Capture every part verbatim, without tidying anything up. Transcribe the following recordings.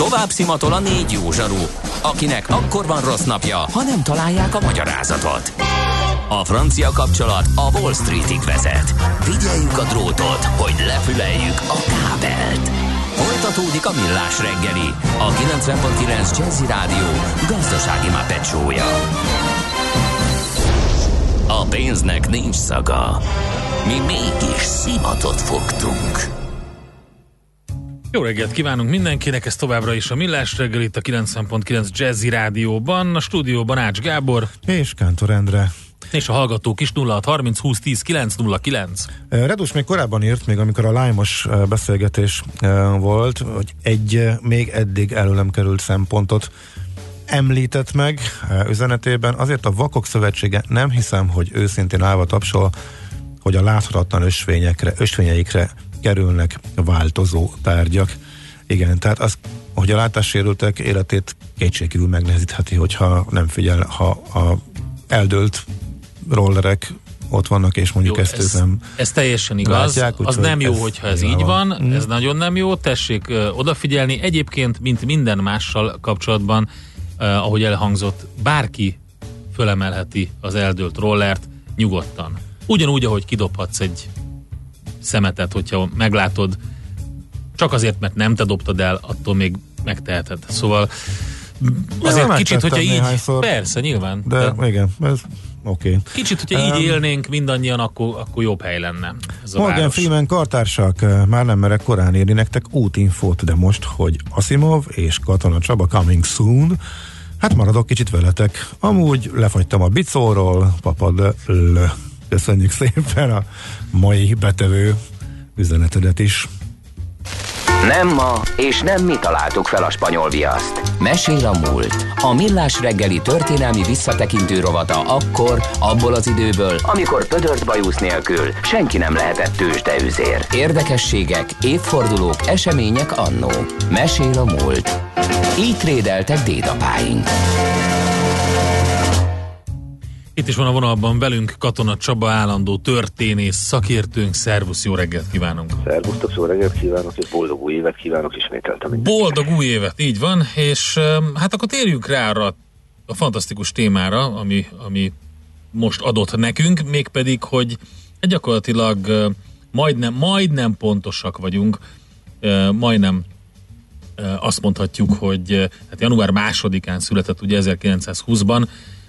Tovább szimatol a négy jó zsaru, akinek akkor van rossz napja, ha nem találják a magyarázatot. A francia kapcsolat a Wall Streetig vezet. Figyeljük a drótot, hogy lefüleljük a kábelt. Folytatódik a Millás reggeli, a kilencven pont kilenc Jazzy Rádió gazdasági mápecsója. A pénznek nincs szaga. Mi mégis szimatot fogtunk. Jó reggelt kívánunk mindenkinek, ez továbbra is a Millás reggel itt a kilencven pont kilenc Jazzy Rádióban, a stúdióban Ács Gábor és Kántor Endre. És a hallgatók is nulla hat harminc húsz tíz kilenc nulla kilenc. Redus még korábban írt, még amikor a Lime-os beszélgetés volt, hogy egy még eddig elő nem került szempontot említett meg üzenetében. Azért a Vakok Szövetsége nem hiszem, hogy őszintén állva tapsol, hogy a láthatatlan ösvényekre, ösvényeikre kerülnek változó tárgyak. Igen, tehát az, hogy a látássérültek életét kétségkívül megnehezítheti, hogyha nem figyel, ha a eldőlt rollerek ott vannak, és mondjuk jó, ezt ez, nem ez teljesen igaz. Látják, úgy, az nem jó, hogyha ez így van, van. Mm. Ez nagyon nem jó, tessék uh, odafigyelni. Egyébként, mint minden mással kapcsolatban, uh, ahogy elhangzott, bárki fölemelheti az eldőlt rollert nyugodtan. Ugyanúgy, ahogy kidobhatsz egy szemetet, hogyha meglátod, csak azért, mert nem te dobtad el, attól még megteheted. Szóval azért ja, kicsit, hogyha így, néhányszor, persze, nyilván. De, de igen, ez oké. Okay. Kicsit, hogyha um, így élnénk mindannyian, akkor, akkor jobb hely lenne ez a Morgan város. Freeman kartársak, már nem merek korán írni nektek útinfót, de most, hogy Asimov és Katona Csaba coming soon, hát maradok kicsit veletek. Amúgy lefagytam a bicóról, papad lö. Köszönjük szépen a mai betevő üzenetedet is. Nem ma, és nem mi találtuk fel a spanyol viaszt. Mesél a múlt. A Millás reggeli történelmi visszatekintő rovata akkor, abból az időből, amikor pödört bajusz nélkül senki nem lehetett tőzsdeüzér. Érdekességek, évfordulók, események annó. Mesél a múlt. Így trédeltek dédapáink. Itt is van a vonalban velünk Katona Csaba, állandó történész, szakértőnk. Szervusz, jó reggelt kívánunk! Szervusztok, jó reggelt kívánok, és boldog új évet kívánok ismételtem. Boldog új évet, így van, és hát akkor térjünk rá arra a fantasztikus témára, ami, ami most adott nekünk, mégpedig, hogy gyakorlatilag majdnem, majdnem pontosak vagyunk, majdnem azt mondhatjuk, hogy hát január másodikán született ugye ezerkilencszázhúszban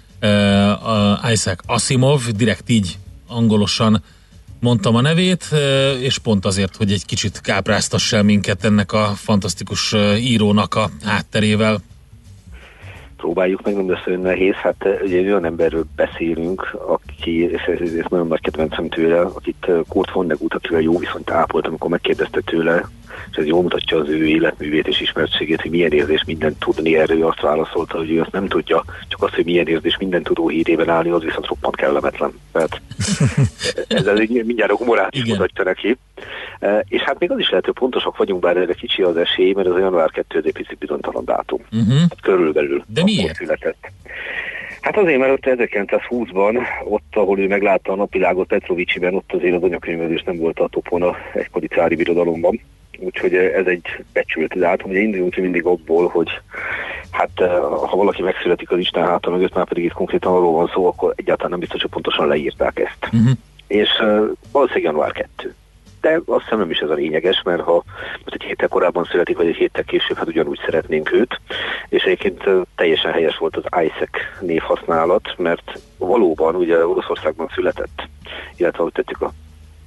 Uh, Isaac Asimov, direkt így angolosan mondtam a nevét, uh, és pont azért, hogy egy kicsit kápráztass el minket ennek a fantasztikus uh, írónak a hátterével. Próbáljuk meg, nem lesz olyan nehéz. Hát ugye egy olyan emberről beszélünk, aki, és ez nagyon nagy kedvencem tőle, akit Kurt Vonnegut, akivel jó viszonyt ápolt, amikor megkérdezte tőle, és ez jól mutatja az ő életművét és ismertségét, hogy milyen érzés mindent tudni, erről ő azt válaszolta, hogy ő azt nem tudja, csak azt, hogy milyen érzés minden tudó hírében állni, az viszont roppant kellemetlen. Tehát ez, ez mindjárt a humorát is mutatja neki. És hát még az is lehet, hogy pontosak vagyunk, bár erre kicsi az esély, mert az a január második egy picit bizonytalan dátum. Uh-huh. Hát körülbelül. De miért? Született. Hát azért, mert ott ezerkilencszázhúszban, ott, ahol ő meglátta a napvilágot Petrovicsiben, ott azért az anyakönyvezés nem volt a topon a egykori cári birodalomban. Úgyhogy ez egy becsült dátum. Ugye induljunk mindig abból, hogy hát ha valaki megszületik az Isten háta mögött, már pedig itt konkrétan arról van szó, akkor egyáltalán nem biztos, hogy pontosan leírták ezt. Uh-huh. És uh, valószínűleg január második. De azt hiszem nem is ez a lényeges, mert ha most egy héttel korábban születik, vagy egy héttel később, hát ugyanúgy szeretnénk őt. És egyébként uh, teljesen helyes volt az Isaac névhasználat, mert valóban ugye Oroszországban született, illetve ahogy tettük a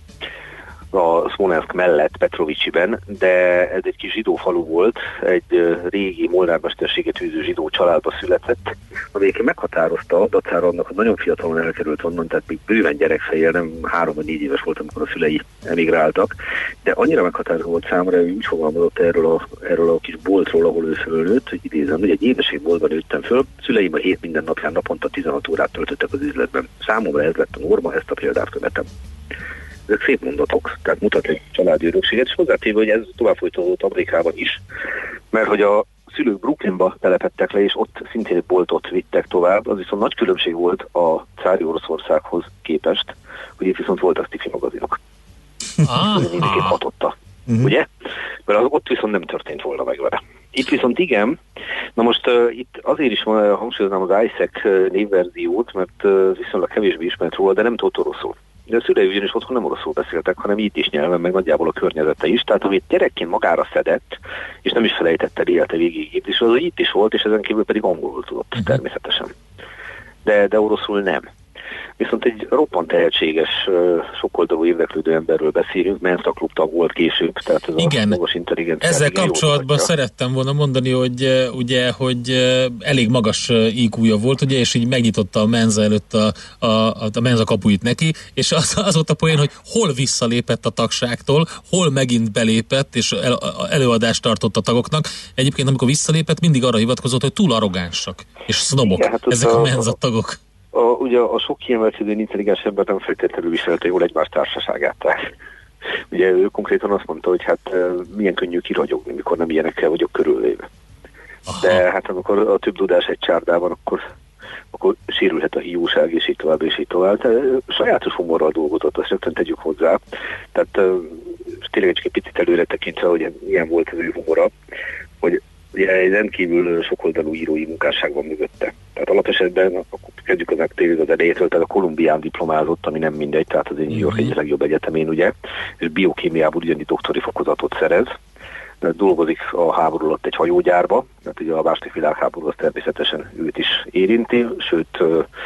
a Szmolenszk mellett Petrovicsiben, de ez egy kis zsidó falu volt, egy régi molnár mesterséget űző zsidó családba született, amelyik meghatározta, dacára annak, hogy nagyon fiatalon elkerült onnan, tehát még bőven gyerekfejjel, nem három vagy négy éves volt, amikor a szülei emigráltak, de annyira meghatározó volt számomra, hogy úgy fogalmazott erről a, erről a kis boltról, ahol ő fölnőtt, hogy idézem, hogy egy édességboltban nőttem föl, szüleim a hét minden napján naponta tizenhat órát töltöttek az üzletben. Számomra ez lett a norma, ezt a példát követem. Ezek szép mondatok, tehát mutat egy családi örökséget, és hozzátéve, hogy ez tovább folytatódott Amerikában is, mert hogy a szülők Brooklynba telepettek le, és ott szintén egy boltot vittek tovább, az viszont nagy különbség volt a cári Oroszországhoz képest, hogy itt viszont voltak sci-fi magazinok. Ah, mindenképp hatotta, uh-huh. ugye? Mert az ott viszont nem történt volna meg vele. Itt viszont igen. Na most uh, itt azért is uh, hangsúlyoznám az i es e cé névverziót, mert uh, viszonylag kevésbé ismert róla, de nem tudott oroszul. De a szülei ugyanis otthon nem oroszul beszéltek, hanem így is nyelven, meg nagyjából a környezete is. Tehát amit gyerekként magára szedett, és nem is felejtette élte végig itt is, az itt is volt, és ezen kívül pedig angolul tudott uh-huh. természetesen. De, de oroszul nem. Viszont egy roppant tehetséges, sokoldalú érdeklődő emberről beszélünk, Mensa Klub tag volt később, tehát ez igen, a magas intelligencia. ezzel kapcsolatban szerettem volna mondani, hogy ugye, hogy elég magas í kúja volt, ugye, és így megnyitotta a Mensa előtt a, a, a Mensa kapuit neki, és az, az volt a poén, hogy hol visszalépett a tagságtól, hol megint belépett, és el, előadást tartott a tagoknak. Egyébként, amikor visszalépett, mindig arra hivatkozott, hogy túl arrogánsak, és sznobok, igen, hát ezek a, a Mensa tagok. A, ugye a sok kiemelkedő intelligens ember nem feltétlenül viselte jól egymás társaságát. Tehát, ugye ő konkrétan azt mondta, hogy hát milyen könnyű kiragyogni, mikor nem ilyenekkel vagyok körülvéve. De hát amikor a több dudás egy csárdában, akkor, akkor sérülhet a hiúság, és így tovább, és így tovább. Tehát, sajátos humorral dolgozott, azt rögtön tegyük hozzá. Tehát tényleg egy picit előre tekintve, hogy ilyen volt az ő humora, hogy ugye egy rendkívül sokoldalú írói munkásság van mögötte. Tehát alapesetben, akkor kezdjük az tényleg az elejétől, tehát a Kolumbián diplomázott, ami nem mindegy, tehát az New York egyik legjobb egyetemén, ugye, és biokémiából ugyanígy doktori fokozatot szerez, de dolgozik a háború alatt egy hajógyárba, tehát ugye a második világháború az természetesen őt is érinti, sőt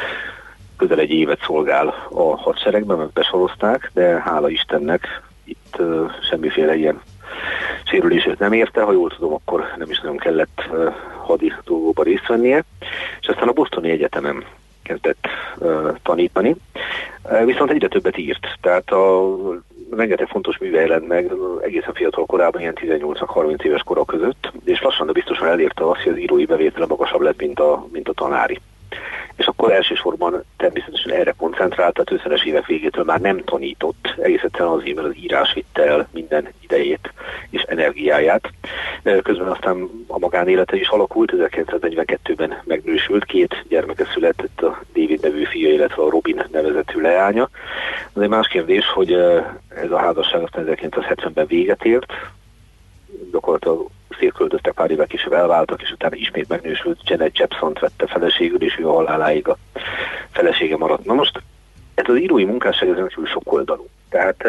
közel egy évet szolgál a hadseregben, mert besorozták, de hála Istennek itt semmiféle ilyen sérülését nem érte, ha jól tudom, akkor nem is nagyon kellett uh, hadi dolgokba részt vennie, és aztán a Bostoni Egyetemen kezdett uh, tanítani, uh, viszont egyre többet írt, tehát a rengeteg fontos műve jelent meg egészen fiatal korában, ilyen tizennyolc-harminc éves kora között, és lassan, de biztosan elérte azt, hogy az írói bevétele magasabb lett, mint a, mint a tanári. És akkor elsősorban természetesen erre koncentrált, tehát ötvenes évek végétől már nem tanított, egész egyszerűen azért, mert az írás vitte el minden idejét és energiáját. Közben aztán a magánélete is alakult, ezerkilencszáznegyvenkettőben megnősült, két gyermeke született, a David nevű fia, illetve a Robin nevezetű leánya. Az egy más kérdés, hogy ez a házasság aztán ezerkilencszázhetvenben véget ért, gyakorlatilag szélköltöztek, pár évvel később elváltak, és utána ismét megnősült, Janet Jepsont vette feleségül, és ő a haláláig a felesége maradt. Na most, ez az írói munkásság ez rendkívül sokoldalú. Tehát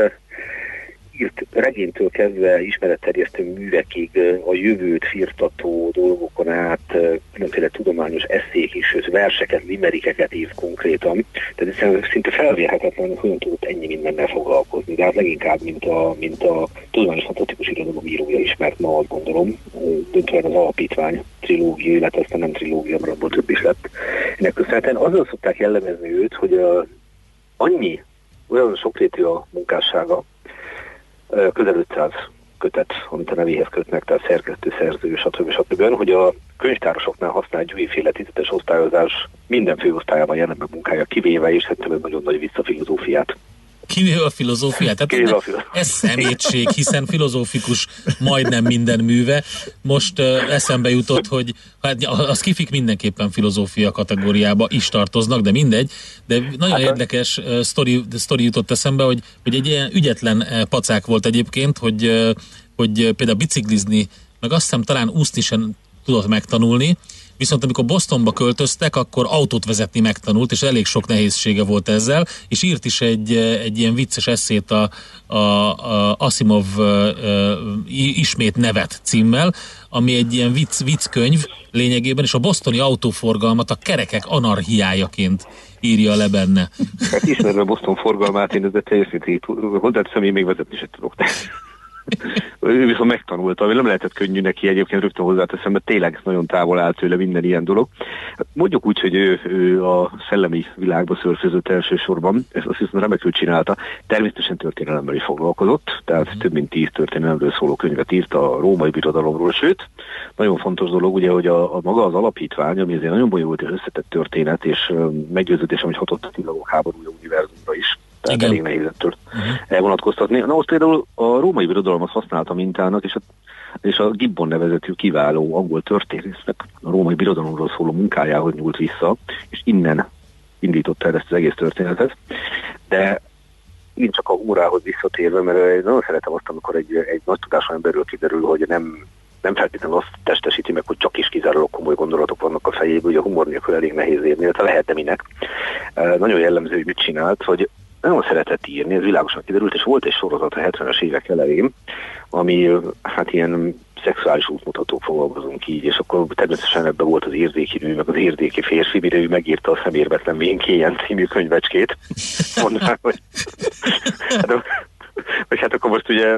írt regénytől kezdve ismeretterjesztő művekig, a jövőt firtató dolgokon át, különféle tudományos eszék is, sőt verseket, limerikeket írt konkrétan. Tehát egyszerűen szinte felvérhetetlen, hogy hogyan tudott ennyi mindennel foglalkozni. De hát leginkább, mint a, mint a tudományos fantasztikus irodalom írója ismert ma, azt gondolom. Döntően az Alapítvány trilógia, illetve aztán nem trilógia, mert abból több is lett. Ennek köszönhetően azzal szokták jellemezni őt, hogy uh, annyi, olyan sokrétű a munkássága, közel ötszáz kötet, amit a nevéhez kötnek, tehát szerkesztő, szerző, stb. stb. Hogy a könyvtárosoknál használt Dewey-féle tízetes osztályozás minden főosztályában jelen meg munkája kivéve, és szerintem nagyon nagy visszafilozófiát. Kivéve a filozófiát? Tehát Kivéve a filozófiát. Ez szemétség, hiszen filozófikus majdnem minden műve. Most uh, eszembe jutott, hogy hát, a skifik mindenképpen filozófia kategóriába is tartoznak, de mindegy. De nagyon hát, érdekes uh, sztori, sztori jutott eszembe, hogy, hogy egy ilyen ügyetlen uh, pacák volt egyébként, hogy, uh, hogy uh, például biciklizni, meg azt hiszem talán úszni sem tudott megtanulni, viszont amikor Bostonba költöztek, akkor autót vezetni megtanult, és elég sok nehézsége volt ezzel, és írt is egy, egy ilyen vicces esszét a, a, a Asimov uh, Ismét nevet címmel, ami egy ilyen vicc, vicckönyv lényegében, és a bostoni autóforgalmat a kerekek anarchiájaként írja le benne. Hát ismerve a Boston forgalmát, én ezzel teljesen hozzáteszem, én még vezetni sem tudok. Ő viszont megtanulta, ami nem lehetett könnyű neki, egyébként rögtön hozzáteszem, mert tényleg nagyon távol állt tőle minden ilyen dolog. Mondjuk úgy, hogy ő, ő a szellemi világba szörfözött elsősorban, ezt azt hiszem remekül csinálta, természetesen történelemmel is foglalkozott, tehát mm. több mint tíz történelemről szóló könyvet írt a római birodalomról, sőt, nagyon fontos dolog ugye, hogy a, a maga az alapítvány, ami azért nagyon bonyolult és összetett történet, és meggyőződés, hogy hatott a tillagok háborúja univerzumra is. Tehát igen. Elég nehéz ettől uh-huh. elvonatkoztatni. Na most például a római birodalmat használta mintának, és a, és a Gibbon nevezetű kiváló angol történésznek a római birodalomról szóló munkájához nyúlt vissza, és innen indította el ezt az egész történetet. De én csak a humorához visszatérve, mert nagyon szeretem azt, amikor egy, egy nagy tudású emberről kiderül, hogy nem nem feltétlenül azt testesíti meg, hogy csak is kizárólag komoly gondolatok vannak a fejében, hogy a humor nélkül elég nehéz írni, illetve lehet, de minek. Nagyon jellemző, hogy mit csinált, hogy nagyon szeretett írni, ez világosan kiderült, és volt egy sorozat a hetvenes évek elején, ami hát ilyen szexuális útmutatók, fogalmazunk így, és akkor természetesen ebben volt az érzéki nő, meg az érzéki férfi, mire ő megírta a Szemérmetlen Vénkélyen című könyvecskét. Mondván, hogy hát, hogy hát akkor most ugye,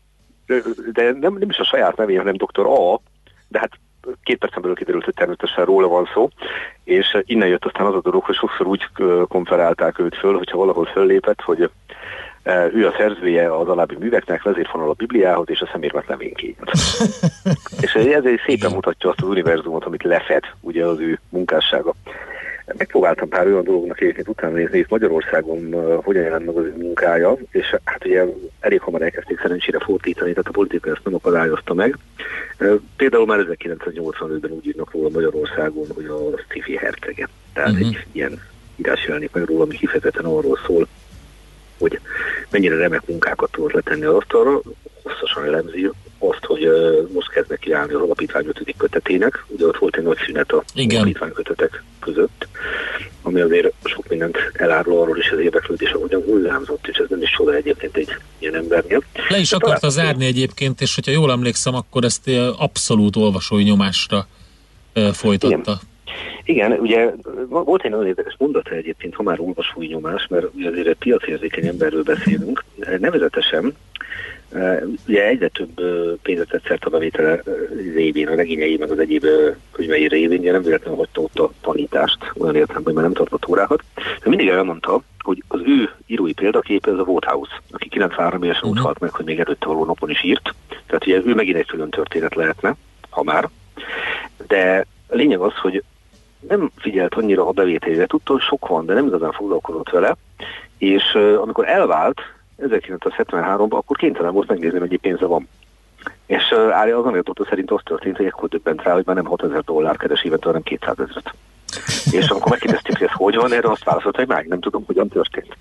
de nem, nem is a saját nevén, hanem doktor A, de hát két percen belül kiderült, hogy természetesen róla van szó, és innen jött aztán az a dolog, hogy sokszor úgy konferálták őt föl, hogyha valahol föllépett, hogy ő a szerzője az alábbi műveknek, vezérfonal a Bibliához és a Szemérmetlen Vénkélyen. És ez szépen mutatja azt az univerzumot, amit lefed ugye az ő munkássága. Megpróbáltam pár olyan dolognak egyébként utána nézni, hogy Magyarországon uh, hogyan jelent meg az ő munkája, és hát ugye elég hamar elkezdték szerencsére fordítani, tehát a politika ezt nem akadályozta meg. Uh, például már ezerkilencszáznyolcvanötben úgy írnak róla Magyarországon, hogy a sci-fi hercege. Tehát uh-huh. egy ilyen írás jelenik meg róla, ami kifejezetten arról szól, hogy mennyire remek munkákat tudott letenni az asztalra, hosszasan elemzi azt, hogy uh, most kezdnek kiállni az alapítvány ötödik kötetének. Ugye ott volt egy nagy szünet a alapítvány kötetek között, ami azért sok mindent elárul arról is az érdeklődés, ahogyan hullámzott, és ez nem is csoda egyébként egy ilyen embernél. Le is akarta zárni egyébként, és hogyha jól emlékszem, akkor ezt abszolút olvasói nyomásra uh, folytatta. Igen. Igen, ugye volt egy nagyon érdekes mondata egyébként, ha már olvasói nyomás, mert ugye azért egy piacérzékeny emberről beszélünk, nevezetesen ugye egyre több pénzet tett szert a bevétele révén, a regényei, meg az egyéb könyvei révén, ugye nem véletlenül hagyta ott a tanítást, olyan értelemben, hogy már nem tartott órákat. De mindig elmondta, hogy az ő írói példaképe ez a Wodehouse, aki kilencvenhárom évesen uh-huh. úgy halt meg, hogy még előtte való napon is írt. Tehát ugye ő megint egy külön történet lehetne, ha már. De a lényeg az, hogy nem figyelt annyira a bevételére, tudta, hogy sok van, de nem igazán foglalkozott vele, és uh, amikor elvált ezerkilencszázhetvenháromban, akkor kénytelen volt megnézni, mennyi pénze van. És uh, Ária az anekdota szerint az történt, hogy ekkor döbbent rá, hogy már nem hatezer dollár keres évente, hanem kétszázezret. És amikor megkérdeztük, hogy ez hogy van, erre azt válaszolta, hogy meg nem tudom, hogyan történt.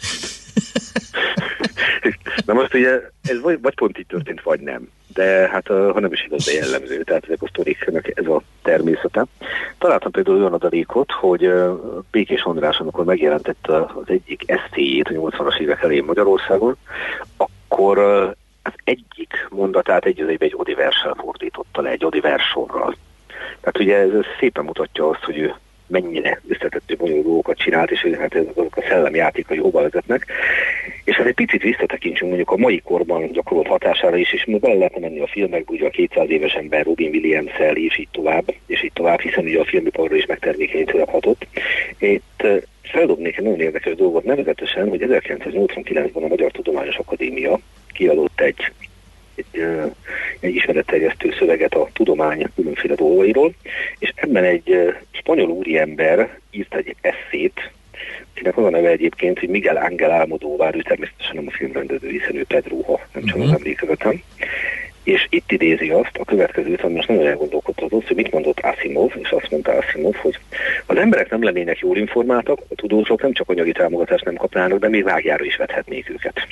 Na most ugye ez vagy, vagy pont így történt, vagy nem. De hát ha nem is igaz, de jellemző. Tehát ezek a sztoriknak ez a természete. Találtam például olyan adalékot, hogy Békés András, amikor megjelentette az egyik eszéjét a nyolcvanas évek elején Magyarországon, akkor az egyik mondatát egy egy, egy odi verssel fordította le, egy odi verssorral. Tehát ugye ez szépen mutatja azt, hogy ő mennyire összetettő bonyolult dolgokat csinált, és hogy hát azok a szellemjátékai hova vezetnek. És hát egy picit visszatekintsünk mondjuk a mai korban gyakorolt hatására is, és bele lehetne menni a filmekbe, ugye a kétszáz éves ember Robin Williams-szel, és így tovább, és így tovább, hiszen ugye a filmiparra is megtermékenyítőleg hatott. Itt feldobnék egy nagyon érdekes dolgot, nevezetesen, hogy ezerkilencszáznyolcvankilencben a Magyar Tudományos Akadémia kiadott egy Egy, egy ismeretterjesztő szöveget a tudomány különféle dolgairól, és ebben egy spanyol úriember írt egy esszét, akinek az a neve egyébként, hogy Miguel Ángel Almodóvar, ő természetesen nem a filmrendező, hiszen ő Pedro, ha nem csak uh-huh. az emlékezetem. És itt idézi azt, a következőt, ami most nagyon elgondolkodott az, hogy mit mondott Asimov, és azt mondta Asimov, hogy az emberek nem lennének jól informáltak, a tudósok nem csak anyagi támogatást nem kapnának, de még vágjára is vethetnék őket.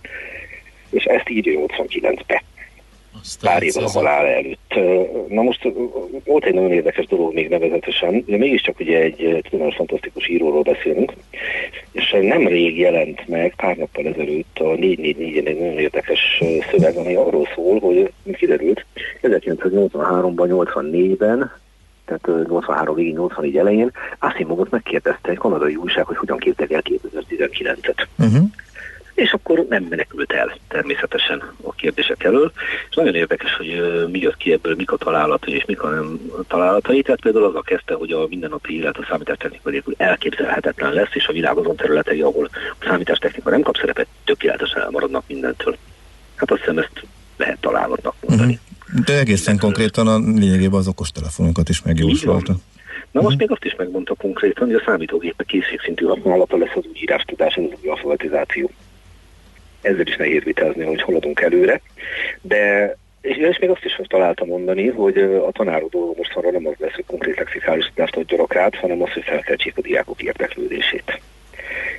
És ezt írja nyolcvankilencben, pár évvel a halál előtt. Na most volt egy nagyon érdekes dolog még nevezetesen, de mégiscsak ugye egy tudományos fantasztikus íróról beszélünk, és nemrég jelent meg pár nappal ezelőtt a négy négy négy egy nagyon érdekes szöveg, ami arról szól, hogy mint kiderült, ezerkilencszáznyolcvanháromban, nyolcvannégyben, tehát nyolcvanhárom végig, nyolcvannégy elején Asimovot megkérdezte egy kanadai újság, hogy hogyan képzelik el kétezer-tizenkilencet. Uh-huh. És akkor nem menekült el természetesen a kérdések elől. És nagyon érdekes, hogy uh, mi jött ki ebből, mik a találatai és mik a nem találatai. Tehát például azzal kezdte, hogy a mindennapi élet a számítástechnika nélkül elképzelhetetlen lesz, és a világ azon területei, ahol a számítástechnika nem kap szerepet, tökéletesen elmaradnak mindentől. Hát azt hiszem, ezt lehet találatnak mondani. Uh-huh. De egészen konkrétan a lényegében az okostelefonokat is megjósolta. Na most még azt is megmondta konkrétan, hogy a számítógépek készségszintű használata lesz az új írástudás, az új alfabetizáció. Ezzel is nehéz vitázni, hogy haladunk előre, de és, és még azt is találtam mondani, hogy a tanárok dolga most arra nem az lesz, hogy konkrét lexikális tudást adjanak át, hanem az, hogy felkeltsék a diákok érdeklődését.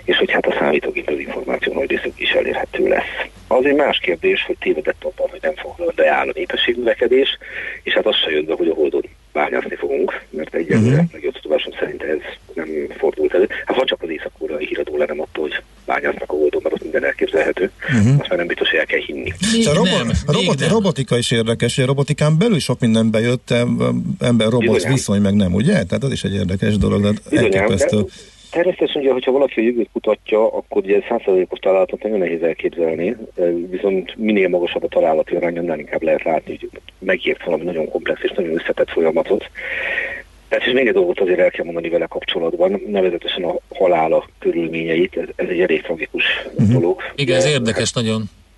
és hogy hát a számítógép az információ nagy részük is elérhető lesz. Az egy más kérdés, hogy tévedett abban, hogy nem fog leáll a népességnövekedés, és hát az se jön be, hogy a Holdon bányászni fogunk, mert egyelőre, uh-huh. legjobb tudásom szerint ez nem fordult elő. Hát ha csak az észak-koreai híradó lenne attól, hogy bányásznak a Holdon, mert ott minden elképzelhető, uh-huh. azt már nem biztos, hogy el kell hinni. A, robo- a, robot- a robotika is érdekes, hogy a robotikán belül sok minden bejött, ember-robot viszony meg nem, ugye? Tehát az is egy érdekes dolog, elképesztő. Természetesen, ugye, hogyha valaki a jövőt kutatja, akkor ugye száz százalékos találatot nagyon nehéz elképzelni, viszont minél magasabb a találati arány, annál inkább lehet látni, hogy megért valami nagyon komplex és nagyon összetett folyamatot. Tehát és még egy dolgot azért el kell mondani vele kapcsolatban, nevezetesen a halála körülményeit, ez, ez egy elég tragikus uh-huh. dolog. Igen, ez érdekes nagyon.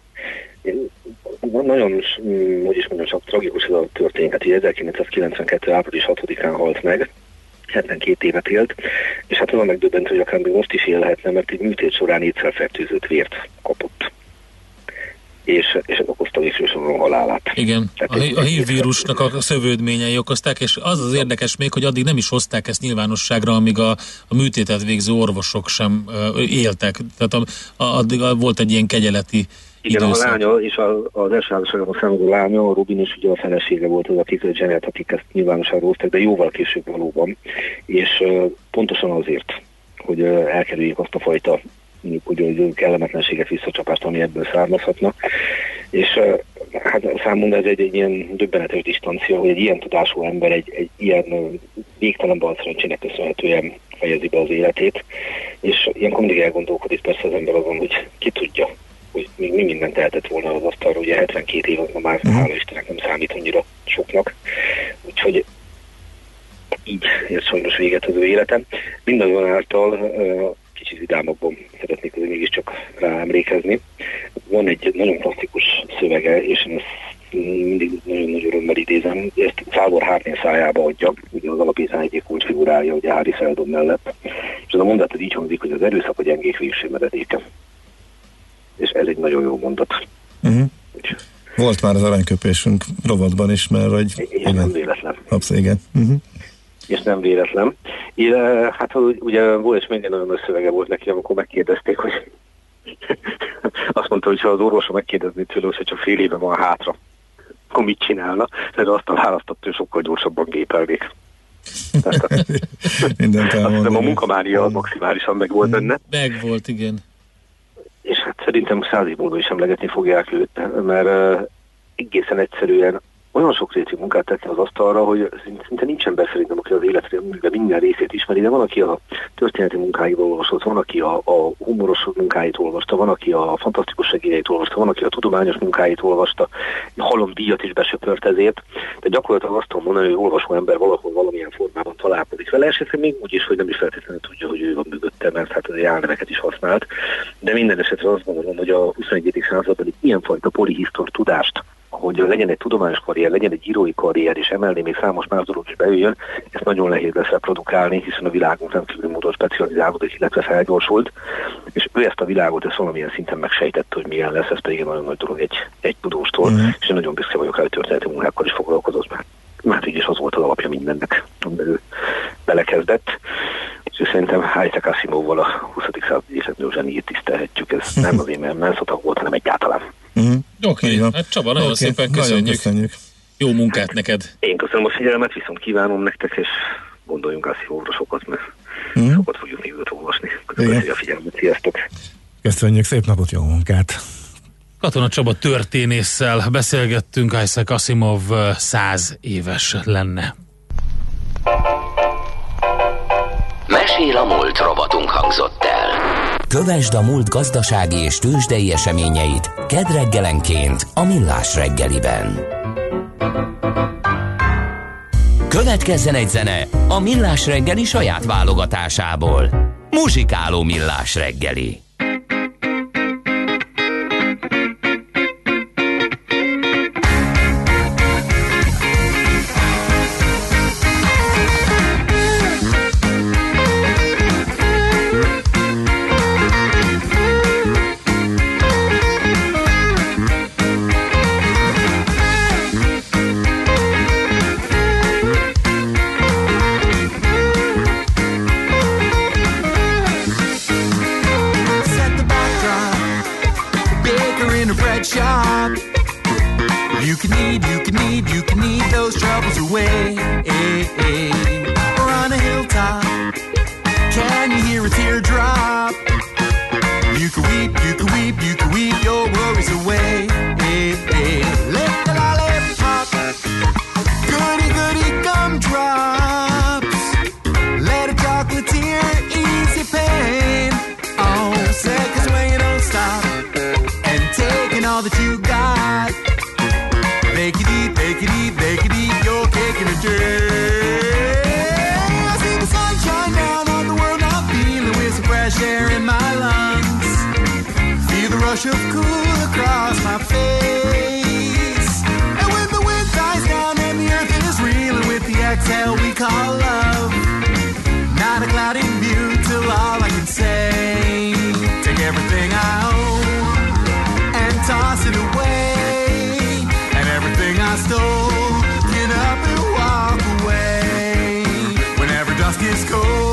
Nagyon, hogy is mondjam, csak tragikus ez a történet. Hát ezerkilencszázkilencvenkettő április hatodikán halt meg, hetvenkét évet élt, és hát az a megdöbbentő, hogy akár még most is élhetne, mert egy műtét során étszerfertőzött vért kapott. És, és ez okozta végső soron halálát. Igen, a, a hív vírusnak a szövődményei okozták, és az az érdekes még, hogy addig nem is hozták ezt nyilvánosságra, amíg a, a műtétet végző orvosok sem uh, éltek. Tehát a, a, addig a, volt egy ilyen kegyeleti Igen, időszak. A lánya és a, az első házasságban számoló lánya, a Robin is ugye a felesége volt az, akik Janet, akik ezt nyilvánosságra hozták, de jóval később valóban. És uh, pontosan azért, hogy uh, elkerüljék azt a fajta hogy kellemetlenséget, visszacsapást, ami ebből származhatna. És uh, hát számomra ez egy, egy ilyen döbbenetes disztancia, hogy egy ilyen tudású ember egy, egy ilyen uh, végtelen balszerencsének köszönhetően fejezi be az életét. És ilyenkor mindig elgondolkodik persze az ember azon, hogy ki tudja, hogy még mi mindent tehetett volna az asztalra, ugye hetvenkét év ma már, hála Istennek nem számít annyira soknak. Úgyhogy így ért sajnos véget az ő életem. Mindazonáltal uh, kicsit vidámabban szeretnék azért mégiscsak rá emlékezni. Van egy nagyon klasszikus szövege, és én ezt mindig nagyon-nagyon örömmel idézem. Ezt Szávor Hárnél szájába adja, ugye az alapítvány egyik kulcsfigurája, ugye Harry Seldon mellett. És az a mondat az így hangzik, hogy az erőszak a gyengék végső menedéke. És ez egy nagyon jó mondat. Uh-huh. Volt már az aranyköpésünk rovatban is, mert hogy... Igen, nem véletlen. Abszolút, igen. Uh-huh. És nem véletlen. Én, hát ugye volt, és minden nagyon szövege volt neki, amikor megkérdezték, hogy azt mondta, hogy ha az orvosa megkérdezni tőle, hogy csak fél éve van hátra, akkor mit csinálna? De azt a választott, hogy sokkal gyorsabban gépelnék. Mindent elmondani. Azt hiszem a munkamánia maximálisan meg volt benne. Meg volt, igen. És hát szerintem száz év múlva is emlegetni fogják őt, mert uh, egészen egyszerűen olyan sok rétű munkát tett az asztalra, hogy szinte nincsen be szerintem, aki az életre minden részét ismeri, de van, aki a történeti munkáiból olvasott, van, aki a, a humoros munkáit olvasta, van, aki a fantasztikus segélyeit olvasta, van, aki a tudományos munkáit olvasta, halomdíjat is besöpört ezért, de gyakorlatilag azt tudom mondani, hogy olvasó ember valahol valamilyen formában találkozik vele, esetleg még úgy is, hogy nem is feltétlenül tudja, hogy ő van mögötte, mert hát az álneveket is használt, de minden esetre azt gondolom, hogy a huszonegyedik században ilyenfajta polihisztor tudást, hogy legyen egy tudományos karrier, legyen egy írói karrier, és emellé még számos más dolog is bejöjjön, ezt nagyon nehéz lesz reprodukálni, hiszen a világunk rendkívül módon specializálódott, illetve felgyorsult, és ő ezt a világot ezt valamilyen szinten megsejtette, hogy milyen lesz, ez pedig egy nagyon nagy dolog egy, egy tudóstól, mm. és én nagyon büszke vagyok rá, hogy történeti munkákkal is foglalkozott, mert, mert így is az volt az alapja mindennek, amiben ő belekezdett. És szerintem Isaac Asimovval a huszadik századi életmű zseniét tisztelhetjük, ez nem azért, mert menszotag volt, hanem egyáltalán. Mm. Oké, okay. Hát Csaba, nagyon okay. szépen köszönjük. Nagyon köszönjük. Jó munkát neked. Én köszönöm a figyelmet, viszont kívánom nektek, és gondoljunk Asimovra sokat, mert mm. sokat fogjuk még őt olvasni. Köszönöm a figyelmet, sziasztok. Köszönjük, szép napot, jó munkát. Katona Csaba történésszel beszélgettünk, Isaac Asimov száz éves lenne. Mesél a múlt rovatunk hangzott el. Kövesd a múlt gazdasági és tőzsdei eseményeit kedd reggelenként a Millás reggeliben. Következzen egy zene a Millás reggeli saját válogatásából. Muzsikáló Millás reggeli. worries away. Or on a hilltop, can you hear a teardrop? You can weep, you can weep, you can weep your worries away. Let the lollipop, goody goody gumdrops. Let a chocolatier ease your pain. Oh, seconds when you don't stop and taking all that you got. Make it eat, make it eat, make it eat your cake and a day. I see the sunshine down on the world, I'm feeling with some fresh air in my lungs. Feel the rush of cool across my face. And when the wind dies down and the earth is reeling with the exhale we call love. Not a cloud in view till all I can say. Take everything I own and toss it away. And everything I stole, get up and walk away. Whenever dusk is cold.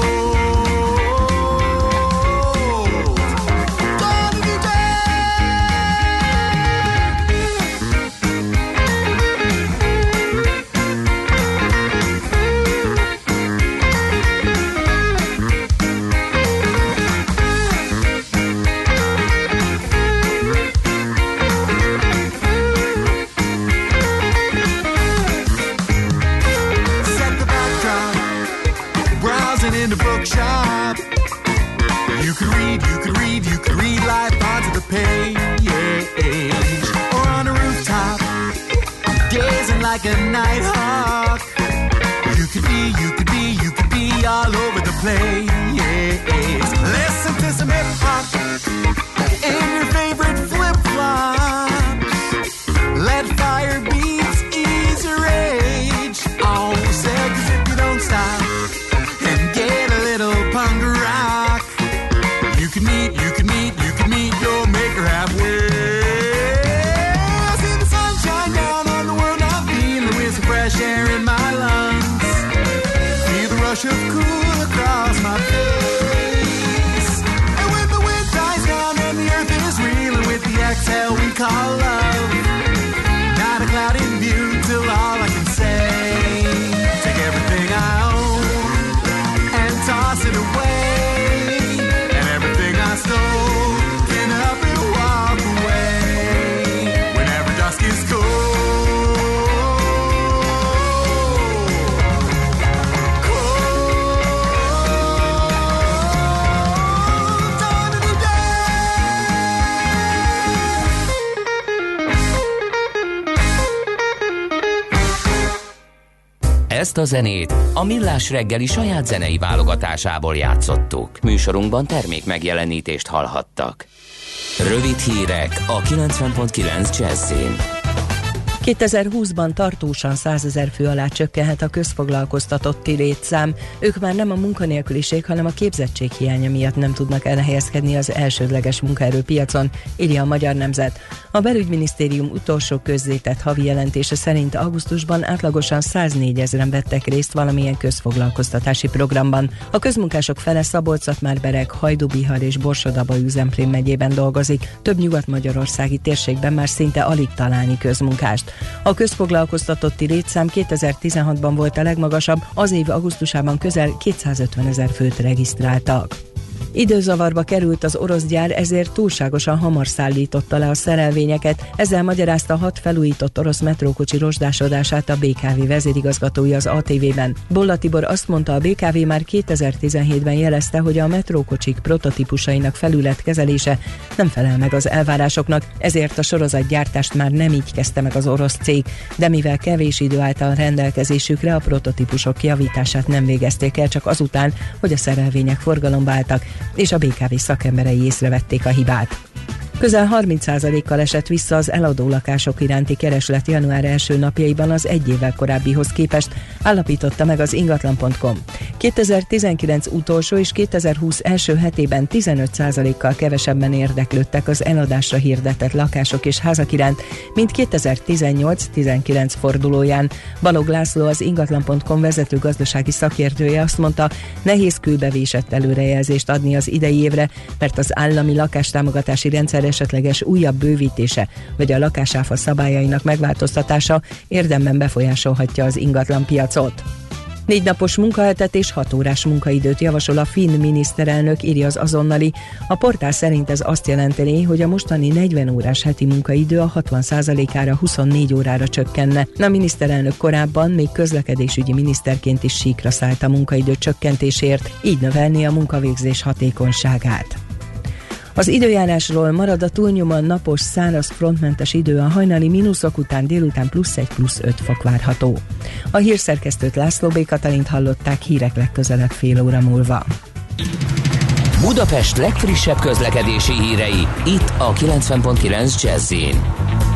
In the bookshop, you could read, you could read, you could read life onto the page. Or on a rooftop, gazing like a nighthawk. You could be, you could be, you could be all over the place. Listen to some hip hop in your favorite flip flops. Let fire beats ease your rage. Oh, say 'cause if you don't stop get a little punk rock. You can meet, you can meet, you can meet your maker halfway. I see the sunshine down on the world, I'm feeling with some fresh air in my lungs. Feel the rush of cool across my face. And when the wind dies down and the earth is reeling with the exhale we call love. Not a cloud in view till all I can say. Take everything I own, toss it away, and everything I stole, get up and walk away, whenever dusk is cold. Ezt a zenét a Millás reggeli saját zenei válogatásából játszottuk. Műsorunkban termék megjelenítést hallhattak. Rövid hírek a kilencven pont kilenc Jazzin. kétezer-húszban tartósan százezer fő alá csökkenhet a közfoglalkoztatotti létszám. Ők már nem a munkanélküliség, hanem a képzettség hiánya miatt nem tudnak elhelyezkedni az elsődleges munkaerőpiacon, írja a Magyar Nemzet. A Belügyminisztérium utolsó közzétett havi jelentése szerint augusztusban átlagosan száznégyezer vettek részt valamilyen közfoglalkoztatási programban. A közmunkások fele Szabolcs-Szatmár-Bereg, Hajdú-Bihar és Borsod-Abaúj-Zemplén megyében dolgozik. Több nyugat-magyarországi térségben már szinte alig találni közmunkást. A közfoglalkoztatotti létszám kétezer-tizenhatban volt a legmagasabb, az év augusztusában közel kétszázötvenezer főt regisztráltak. Időzavarba került az orosz gyár, ezért túlságosan hamar szállította le a szerelvényeket, ezzel magyarázta hat felújított orosz metrókocsi rozsdásodását a bé ká vé vezérigazgatója az á té vében. Bolla Tibor azt mondta, a bé ká vé már kétezer-tizenhétben jelezte, hogy a metrókocsik prototípusainak felületkezelése nem felel meg az elvárásoknak, ezért a sorozatgyártást már nem így kezdte meg az orosz cég, de mivel kevés idő állt a rendelkezésükre, a prototípusok javítását nem végezték el, csak azután, hogy a szerelvények forgalomba álltak, és a bé ká vé szakemberei észrevették a hibát. Közel harminc százalékkal esett vissza az eladó lakások iránti kereslet január első napjaiban az egy évvel korábbihoz képest, állapította meg az ingatlan pont com. kétezer-tizenkilenc utolsó és kétezer-húsz első hetében tizenöt százalékkal kevesebben érdeklődtek az eladásra hirdetett lakások és házak iránt, mint kétezer-tizennyolc-tizenkilenc fordulóján. Balogh László, az ingatlan pont com vezető gazdasági szakértője azt mondta, nehéz kőbevésett előrejelzést adni az idei évre, mert az állami lakástámogatási rendszer esetleges újabb bővítése vagy a lakásáfa szabályainak megváltoztatása érdemben befolyásolhatja az ingatlanpiacot. Négy napos munkahetet és hat órás munkaidőt javasol a finn miniszterelnök, írja az Azonnali. A portál szerint ez azt jelenteni, hogy a mostani negyven órás heti munkaidő a hatvan százalékára huszonnégy órára csökkenne. A miniszterelnök korábban még közlekedésügyi miniszterként is síkra szállt a munkaidő csökkentésért, így növelni a munkavégzés hatékonyságát. Az időjárásról: marad a túlnyomóan napos, száraz, frontmentes idő, a hajnali mínuszok után délután plusz egy, plusz öt fok várható. A hírszerkesztőt, László B. Katalint hallották, hírek legközelebb fél óra múlva. Budapest legfrissebb közlekedési hírei, itt a kilencven pont kilenc Jazz-in.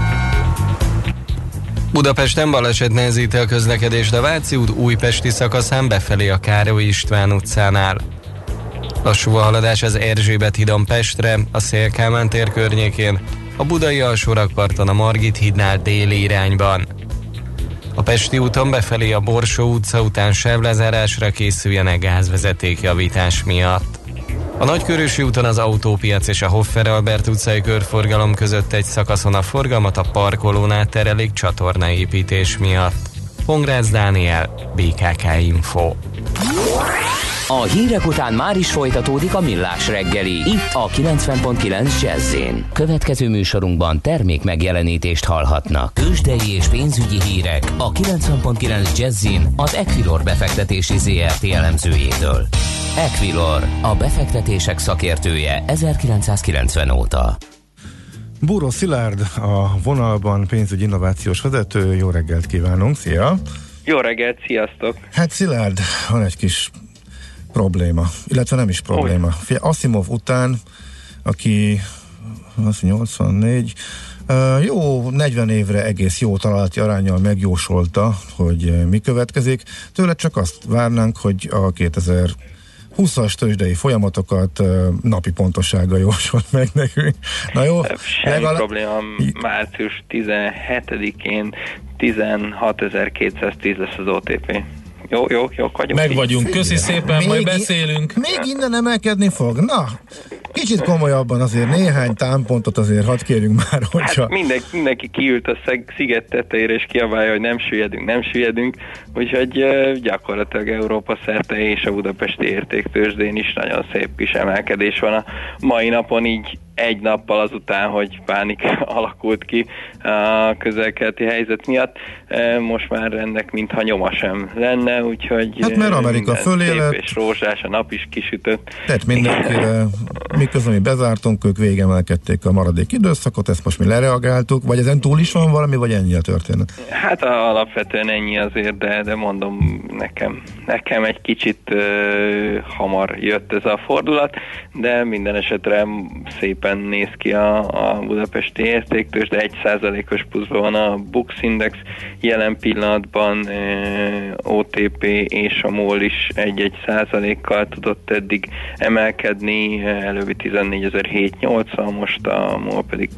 Budapesten baleset nehezíti a közlekedést a Váci út újpesti szakaszán befelé a Károly István utcánál. Lassú a haladás az Erzsébet hídon Pestre, a Széll-Kálmán tér környékén, a budai alsórakparton a Margit hídnál déli irányban. A Pesti úton befelé a Borsó utca után sávlezárásra készüljenek gázvezetékjavítás miatt. A Nagykörösi úton az Autópiac és a Hoffer Albert utcai körforgalom között egy szakaszon a forgalmat a parkolónál terelik csatornaépítés miatt. Pongrácz Dániel, bé ká ká Info. A hírek után már is folytatódik a Millás reggeli, itt a kilencven pont kilenc Jazz-in. Következő műsorunkban termék megjelenítést hallhatnak. Tőzsdei és pénzügyi hírek a kilencven pont kilenc Jazz-in az Equilor befektetési zé er té elemzőjétől. Equilor, a befektetések szakértője ezerkilencszázkilencven óta. Búró Szilárd a vonalban, pénzügyi innovációs vezető. Jó reggelt kívánunk, szia! Jó reggelt, sziasztok! Hát Szilárd, van egy kis probléma, illetve nem is probléma. Fia, Asimov után, aki az nyolcvannégy, uh, jó negyven évre egész jó találati aránnyal megjósolta, hogy mi következik. Tőle csak azt várnánk, hogy a kétezer-húszas tőzsdei folyamatokat uh, napi pontossággal jósol meg nekünk. Na jó. Semmi legalább... probléma, március tizenhetedikén tizenhatezer-kétszáztíz lesz az o té pé. Jó, jó, jó, vagyunk. Meg vagyunk, köszi szépen, még majd beszélünk. Még innen emelkedni fog? Na, kicsit komolyabban azért néhány támpontot azért hadd kérjünk már, hogyha... Hát mindenki, mindenki kiült a sziget tetejére és kiabálja, hogy nem süllyedünk, nem süllyedünk, úgyhogy gyakorlatilag Európa szerte és a budapesti értéktőzsdén is nagyon szép kis emelkedés van a mai napon, így egy nappal azután, hogy pánik alakult ki a közel-keleti helyzet miatt. Most már ennek mintha nyoma sem lenne, úgyhogy... Hát mert Amerika fölélet. Szép és rózsás, a nap is kisütött. Tehát mindenkire, miközben mi bezártunk, ők végemelkedték a maradék időszakot, ezt most mi lereagáltuk, vagy ezen túl is van valami, vagy ennyi a történet? Hát alapvetően ennyi azért, de, de mondom, nekem, nekem egy kicsit uh, hamar jött ez a fordulat, de minden esetre szépen néz ki a, a budapesti értéktőzsde, de egy százalékos pluszban van a Bux Index, jelen pillanatban e, o té pé és a MOL is egy-egy százalékkal tudott eddig emelkedni, előbbi tizennégyezer-hétszáznyolcvan, most a MOL pedig